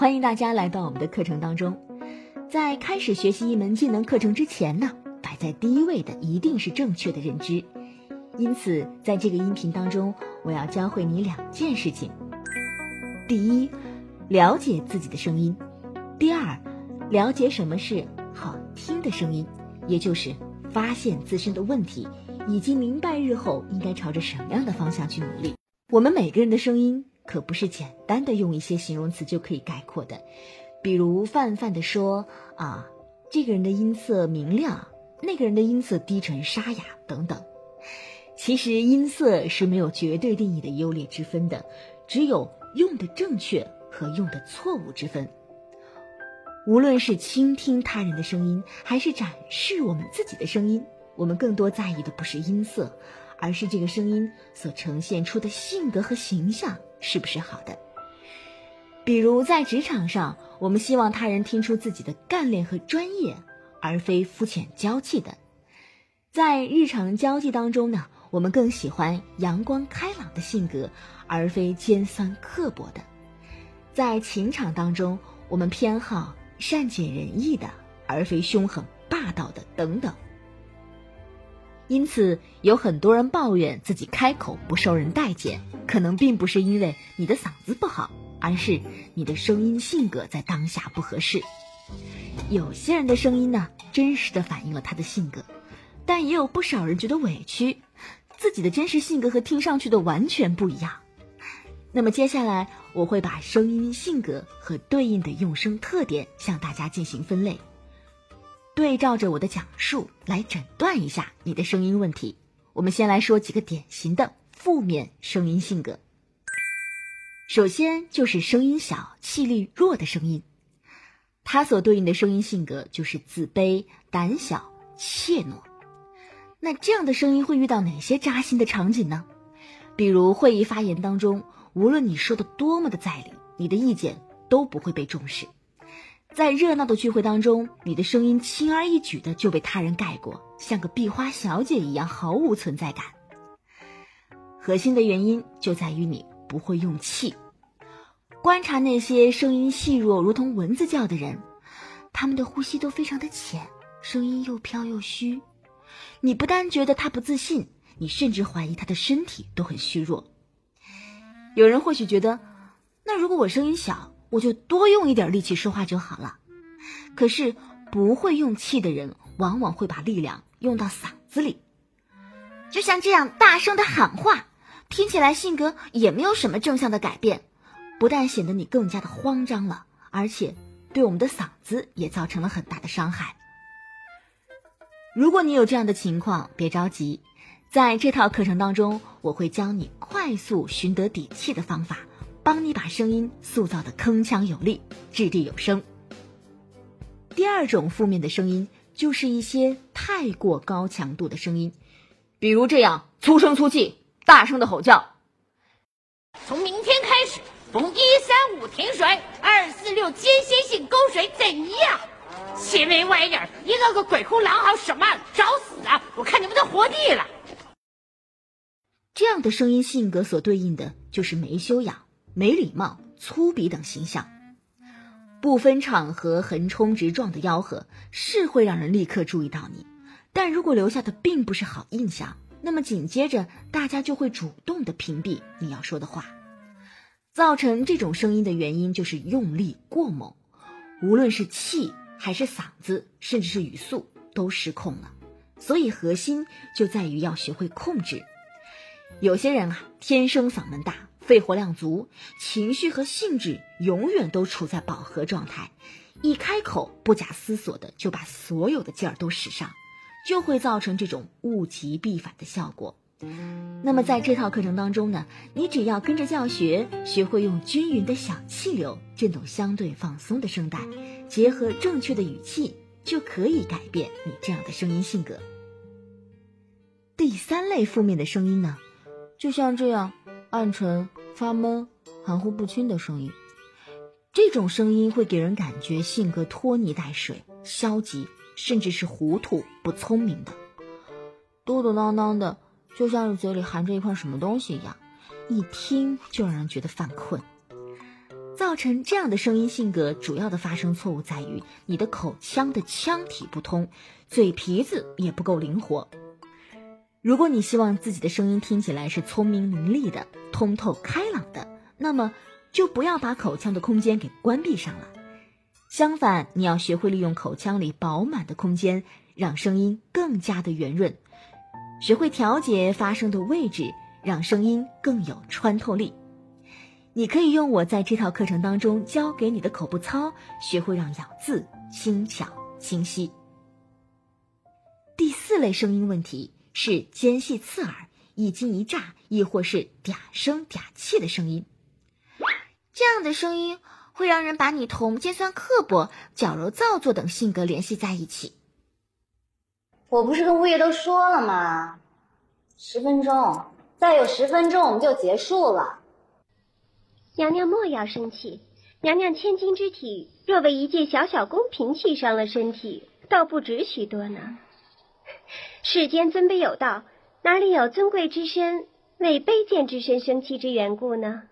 欢迎大家来到我们的课程当中。在开始学习一门技能课程之前呢，摆在第一位的一定是正确的认知。因此在这个音频当中，我要教会你2件事情。第一，了解自己的声音。第二，了解什么是好听的声音，也就是发现自身的问题，以及明白日后应该朝着什么样的方向去努力。我们每个人的声音可不是简单的用一些形容词就可以概括的，比如泛泛的说这个人的音色明亮，那个人的音色低沉沙哑等等。其实音色是没有绝对定义的优劣之分的，只有用的正确和用的错误之分。无论是倾听他人的声音，还是展示我们自己的声音，我们更多在意的不是音色，而是这个声音所呈现出的性格和形象是不是好的。比如在职场上，我们希望他人听出自己的干练和专业，而非肤浅娇气的。在日常交际当中呢，我们更喜欢阳光开朗的性格，而非尖酸刻薄的。在情场当中，我们偏好善解人意的，而非凶狠霸道的等等。因此有很多人抱怨自己开口不受人待见，可能并不是因为你的嗓子不好，而是你的声音性格在当下不合适。有些人的声音呢，真实的反映了他的性格，但也有不少人觉得委屈，自己的真实性格和听上去的完全不一样。那么接下来我会把声音性格和对应的用声特点向大家进行分类，对照着我的讲述来诊断一下你的声音问题。我们先来说几个典型的负面声音性格。首先就是声音小、气力弱的声音，它所对应的声音性格就是自卑、胆小、怯懦。那这样的声音会遇到哪些扎心的场景呢？比如会议发言当中，无论你说的多么的在理，你的意见都不会被重视。在热闹的聚会当中，你的声音轻而易举的就被他人盖过，像个壁花小姐一样毫无存在感。核心的原因就在于你不会用气。观察那些声音细弱如同蚊子叫的人，他们的呼吸都非常的浅，声音又飘又虚。你不但觉得他不自信，你甚至怀疑他的身体都很虚弱。有人或许觉得，那如果我声音小，我就多用一点力气说话就好了。可是不会用气的人往往会把力量用到嗓子里，就像这样大声的喊话，听起来性格也没有什么正向的改变，不但显得你更加的慌张了，而且对我们的嗓子也造成了很大的伤害。如果你有这样的情况，别着急，在这套课程当中，我会教你快速寻得底气的方法，帮你把声音塑造得铿锵有力，掷地有声。第二种负面的声音就是一些太过高强度的声音，比如这样粗声粗气、大声的吼叫。 从明天开始，逢135停水，246间歇性供水，怎样？前面歪点，一个个鬼哭狼嚎什么？找死啊！我看你们都活地了。 这样的声音性格所对应的就是没修养、没礼貌、粗鄙等形象。不分场合横冲直撞的吆喝是会让人立刻注意到你，但如果留下的并不是好印象，那么紧接着大家就会主动的屏蔽你要说的话。造成这种声音的原因就是用力过猛，无论是气还是嗓子，甚至是语速都失控了。所以核心就在于要学会控制。有些人天生嗓门大，肺活量足，情绪和兴致永远都处在饱和状态，一开口不假思索的就把所有的劲儿都使上，就会造成这种物极必反的效果。那么在这套课程当中呢，你只要跟着教学，学会用均匀的小气流震动相对放松的声带，结合正确的语气，就可以改变你这样的声音性格。第3类负面的声音呢，就像这样暗沉、发闷、含糊不清的声音。这种声音会给人感觉性格拖泥带水、消极，甚至是糊涂不聪明的，嘟嘟囔囔的，就像是嘴里含着一块什么东西一样，一听就让人觉得犯困。 造成这样的声音性格，主要的发生错误在于你的口腔的腔体不通，嘴皮子也不够灵活。如果你希望自己的声音听起来是聪明伶俐的、通透开朗的，那么就不要把口腔的空间给关闭上了。相反，你要学会利用口腔里饱满的空间，让声音更加的圆润，学会调节发声的位置，让声音更有穿透力。你可以用我在这套课程当中教给你的口部操，学会让咬字轻巧清晰。第4类声音问题是尖细刺耳、一惊一乍，亦或是嗲声嗲气的声音。 这样的声音会让人把你同尖酸刻薄、矫揉造作等性格联系在一起。 我不是跟物业都说了吗？10分钟，再有10分钟我们就结束了。 娘娘莫要生气，娘娘千金之体，若为一介小小宫嫔气伤了身体，倒不值许多呢。世间尊卑有道，哪里有尊贵之身为卑贱之身生气之缘故呢？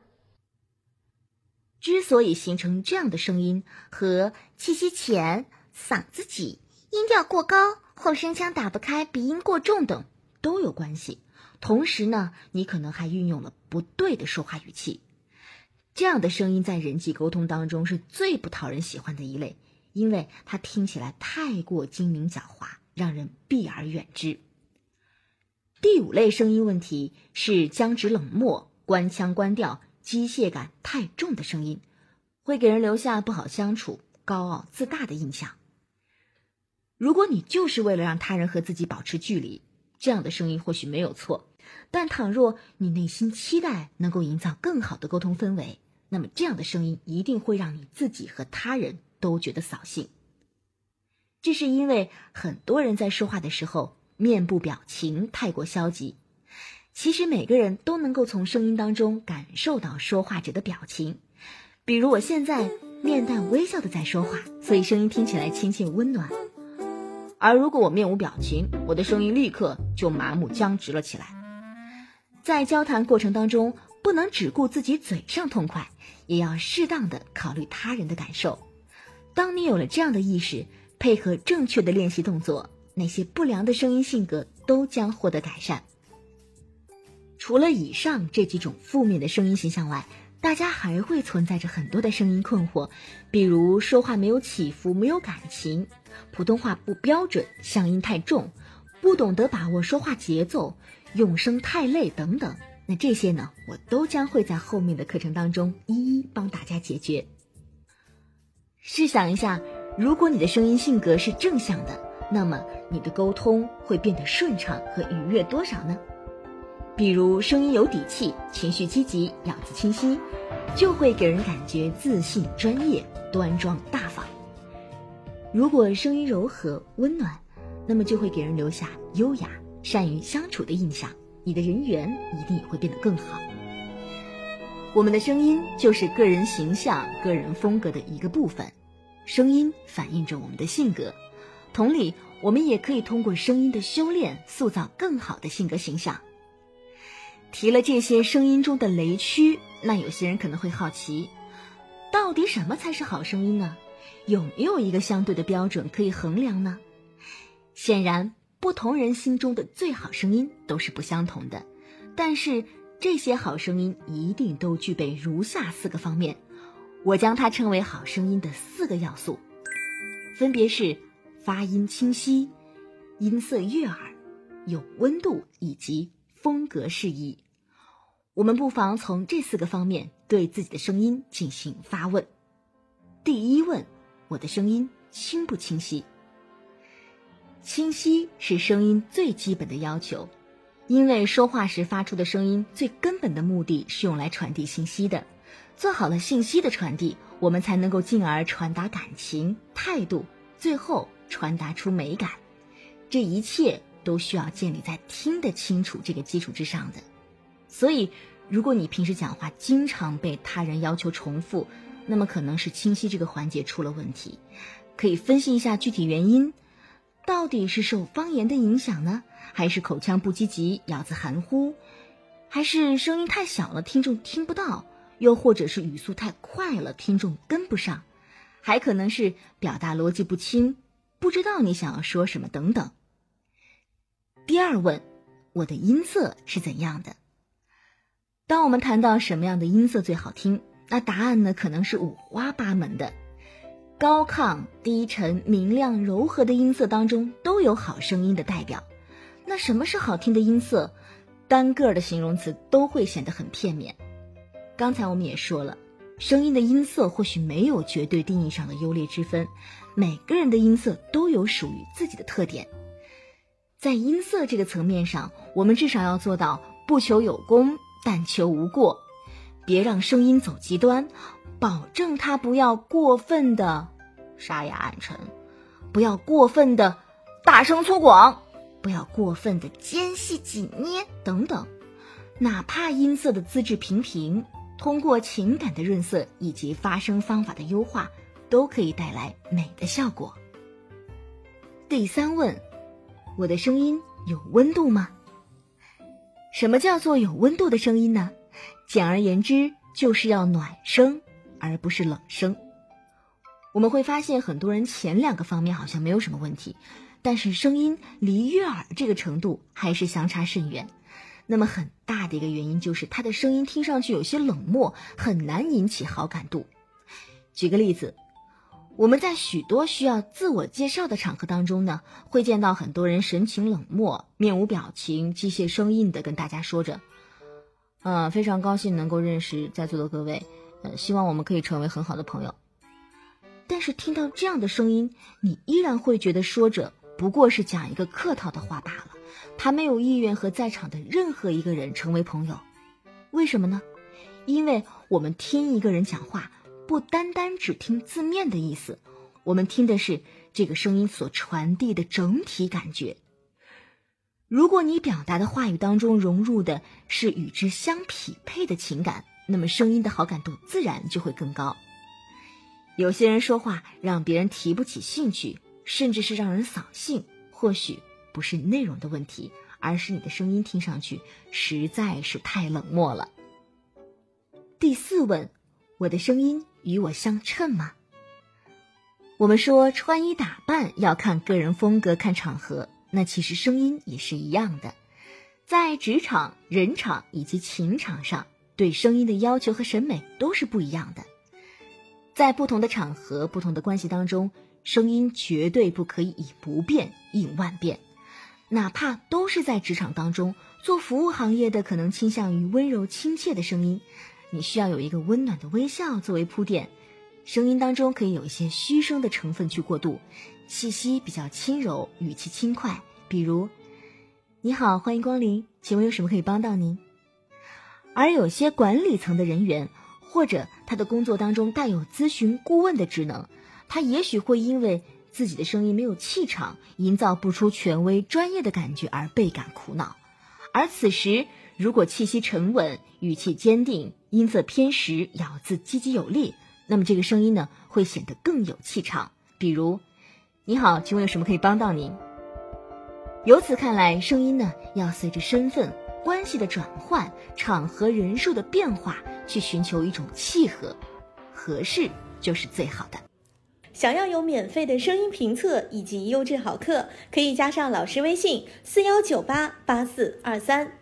之所以形成这样的声音，和气息浅、嗓子挤、音调过高、后声腔打不开、鼻音过重等都有关系。同时呢，你可能还运用了不对的说话语气。这样的声音在人际沟通当中是最不讨人喜欢的一类，因为它听起来太过精明狡猾，让人避而远之。第5类声音问题是僵直冷漠、官腔官调、机械感太重的声音，会给人留下不好相处、高傲自大的印象。如果你就是为了让他人和自己保持距离，这样的声音或许没有错，但倘若你内心期待能够营造更好的沟通氛围，那么这样的声音一定会让你自己和他人都觉得扫兴。这是因为很多人在说话的时候面部表情太过消极。其实每个人都能够从声音当中感受到说话者的表情，比如我现在面带微笑的在说话，所以声音听起来亲切温暖。而如果我面无表情，我的声音立刻就麻木僵直了起来。在交谈过程当中，不能只顾自己嘴上痛快，也要适当的考虑他人的感受。当你有了这样的意识，配合正确的练习动作，那些不良的声音性格都将获得改善。除了以上这几种负面的声音形象外，大家还会存在着很多的声音困惑，比如说话没有起伏、没有感情，普通话不标准、乡音太重，不懂得把握说话节奏，用声太累等等。那这些呢，我都将会在后面的课程当中一一帮大家解决。试想一下，如果你的声音性格是正向的，那么你的沟通会变得顺畅和愉悦多少呢？比如声音有底气、情绪积极、咬字清晰，就会给人感觉自信、专业、端庄大方。如果声音柔和、温暖，那么就会给人留下优雅、善于相处的印象，你的人缘一定也会变得更好。我们的声音就是个人形象、个人风格的一个部分，声音反映着我们的性格。同理，我们也可以通过声音的修炼，塑造更好的性格形象。提了这些声音中的雷区，那有些人可能会好奇，到底什么才是好声音呢？有没有一个相对的标准可以衡量呢？显然，不同人心中的最好声音都是不相同的，但是这些好声音一定都具备如下4个方面，我将它称为好声音的4个要素，分别是发音清晰、音色悦耳、有温度以及风格适宜。我们不妨从这4个方面对自己的声音进行发问。第一问，我的声音清不清晰？清晰是声音最基本的要求，因为说话时发出的声音最根本的目的是用来传递信息的。做好了信息的传递，我们才能够进而传达感情、态度，最后传达出美感。这一切都需要建立在听得清楚这个基础之上的。所以如果你平时讲话经常被他人要求重复，那么可能是清晰这个环节出了问题。可以分析一下具体原因，到底是受方言的影响呢，还是口腔不积极、咬字含糊，还是声音太小了听众听不到， 又或者是语速太快了，听众跟不上，还可能是表达逻辑不清，不知道你想要说什么等等。第二问，我的音色是怎样的？当我们谈到什么样的音色最好听，那答案呢可能是五花八门的。高亢、低沉、明亮、柔和的音色当中都有好声音的代表。那什么是好听的音色？单个的形容词都会显得很片面。刚才我们也说了，声音的音色或许没有绝对定义上的优劣之分，每个人的音色都有属于自己的特点。在音色这个层面上，我们至少要做到不求有功，但求无过，别让声音走极端，保证它不要过分的沙哑暗沉，不要过分的大声粗犷，不要过分的尖细紧捏等等。哪怕音色的资质平平，通过情感的润色以及发声方法的优化，都可以带来美的效果。第三问，我的声音有温度吗？什么叫做有温度的声音呢？简而言之，就是要暖声，而不是冷声。我们会发现很多人前两个方面好像没有什么问题，但是声音离悦耳这个程度还是相差甚远。那么很大的一个原因就是他的声音听上去有些冷漠，很难引起好感度。举个例子，我们在许多需要自我介绍的场合当中呢，会见到很多人神情冷漠，面无表情，机械生硬的跟大家说着非常高兴能够认识在座的各位，希望我们可以成为很好的朋友。但是听到这样的声音，你依然会觉得说者不过是讲一个客套的话罢了，他没有意愿和在场的任何一个人成为朋友。为什么呢？因为我们听一个人讲话，不单单只听字面的意思，我们听的是这个声音所传递的整体感觉。如果你表达的话语当中融入的是与之相匹配的情感，那么声音的好感度自然就会更高。有些人说话让别人提不起兴趣，甚至是让人扫兴，或许不是内容的问题，而是你的声音听上去实在是太冷漠了。第四问，我的声音与我相称吗？我们说穿衣打扮要看个人风格，看场合，那其实声音也是一样的。在职场、人场以及情场上，对声音的要求和审美都是不一样的。在不同的场合、不同的关系当中，声音绝对不可以以不变应万变。哪怕都是在职场当中，做服务行业的可能倾向于温柔亲切的声音，你需要有一个温暖的微笑作为铺垫，声音当中可以有一些虚声的成分去过渡，气息比较轻柔，语气轻快，比如你好，欢迎光临，请问有什么可以帮到您？而有些管理层的人员，或者他的工作当中带有咨询顾问的职能，他也许会因为自己的声音没有气场，营造不出权威专业的感觉而倍感苦恼。而此时如果气息沉稳，语气坚定，音色偏实，咬字积极有力，那么这个声音呢会显得更有气场。比如你好，请问有什么可以帮到您？由此看来，声音呢要随着身份关系的转换，场合人数的变化，去寻求一种契合，合适就是最好的。 想要有免费的声音评测以及优质好课，可以加上老师微信41988423。